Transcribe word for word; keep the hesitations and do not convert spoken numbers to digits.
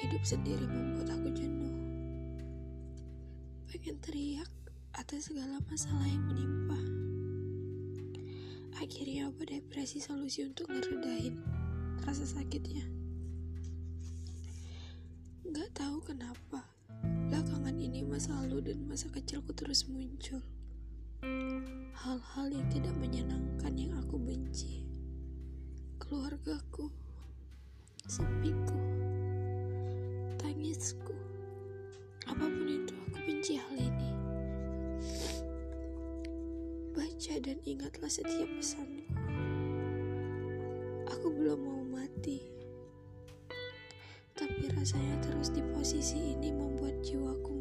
hidup sendiri membuat aku jenuh. Pengen teriak atas segala masalah yang menimpa. Akhirnya aku depresi solusi untuk ngeredahin rasa sakitnya. Gak tahu kenapa, belakangan ini masa lalu dan masa kecilku terus muncul. Hal-hal yang tidak menyenangkan yang aku benci. Keluargaku, sepiku, tangisku, apapun itu aku benci hal ini. Baca dan ingatlah setiap pesanku. Aku belum mau mati, tapi rasanya terus di posisi ini membuat jiwaku